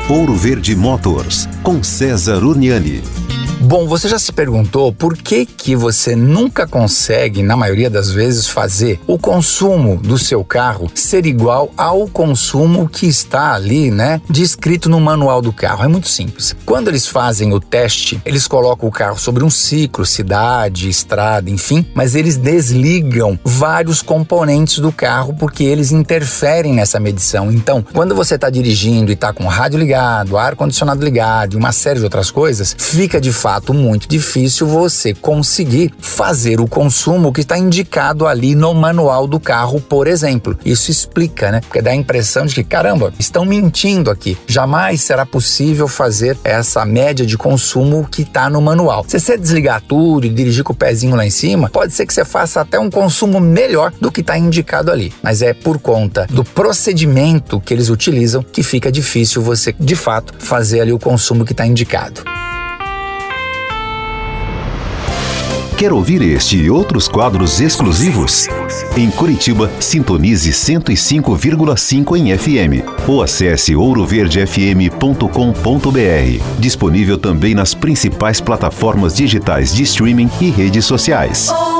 Ouro Verde Motors, com César Urniani. Bom, você já se perguntou por que você nunca consegue, na maioria das vezes, fazer o consumo do seu carro ser igual ao consumo que está ali, descrito no manual do carro? É muito simples. Quando eles fazem o teste, eles colocam o carro sobre um ciclo, cidade, estrada, enfim, mas eles desligam vários componentes do carro porque eles interferem nessa medição. Então, quando você está dirigindo e está com o rádio ligado, ar-condicionado ligado e uma série de outras coisas, fica de fato muito difícil você conseguir fazer o consumo que está indicado ali no manual do carro, por exemplo. Isso explica, Porque dá a impressão de que, caramba, estão mentindo aqui. Jamais será possível fazer essa média de consumo que está no manual. Se você desligar tudo e dirigir com o pezinho lá em cima, pode ser que você faça até um consumo melhor do que está indicado ali. Mas é por conta do procedimento que eles utilizam que fica difícil você, de fato, fazer ali o consumo que está indicado. Quer ouvir este e outros quadros exclusivos? Em Curitiba, sintonize 105,5 em FM ou acesse ouroverdefm.com.br. Disponível também nas principais plataformas digitais de streaming e redes sociais.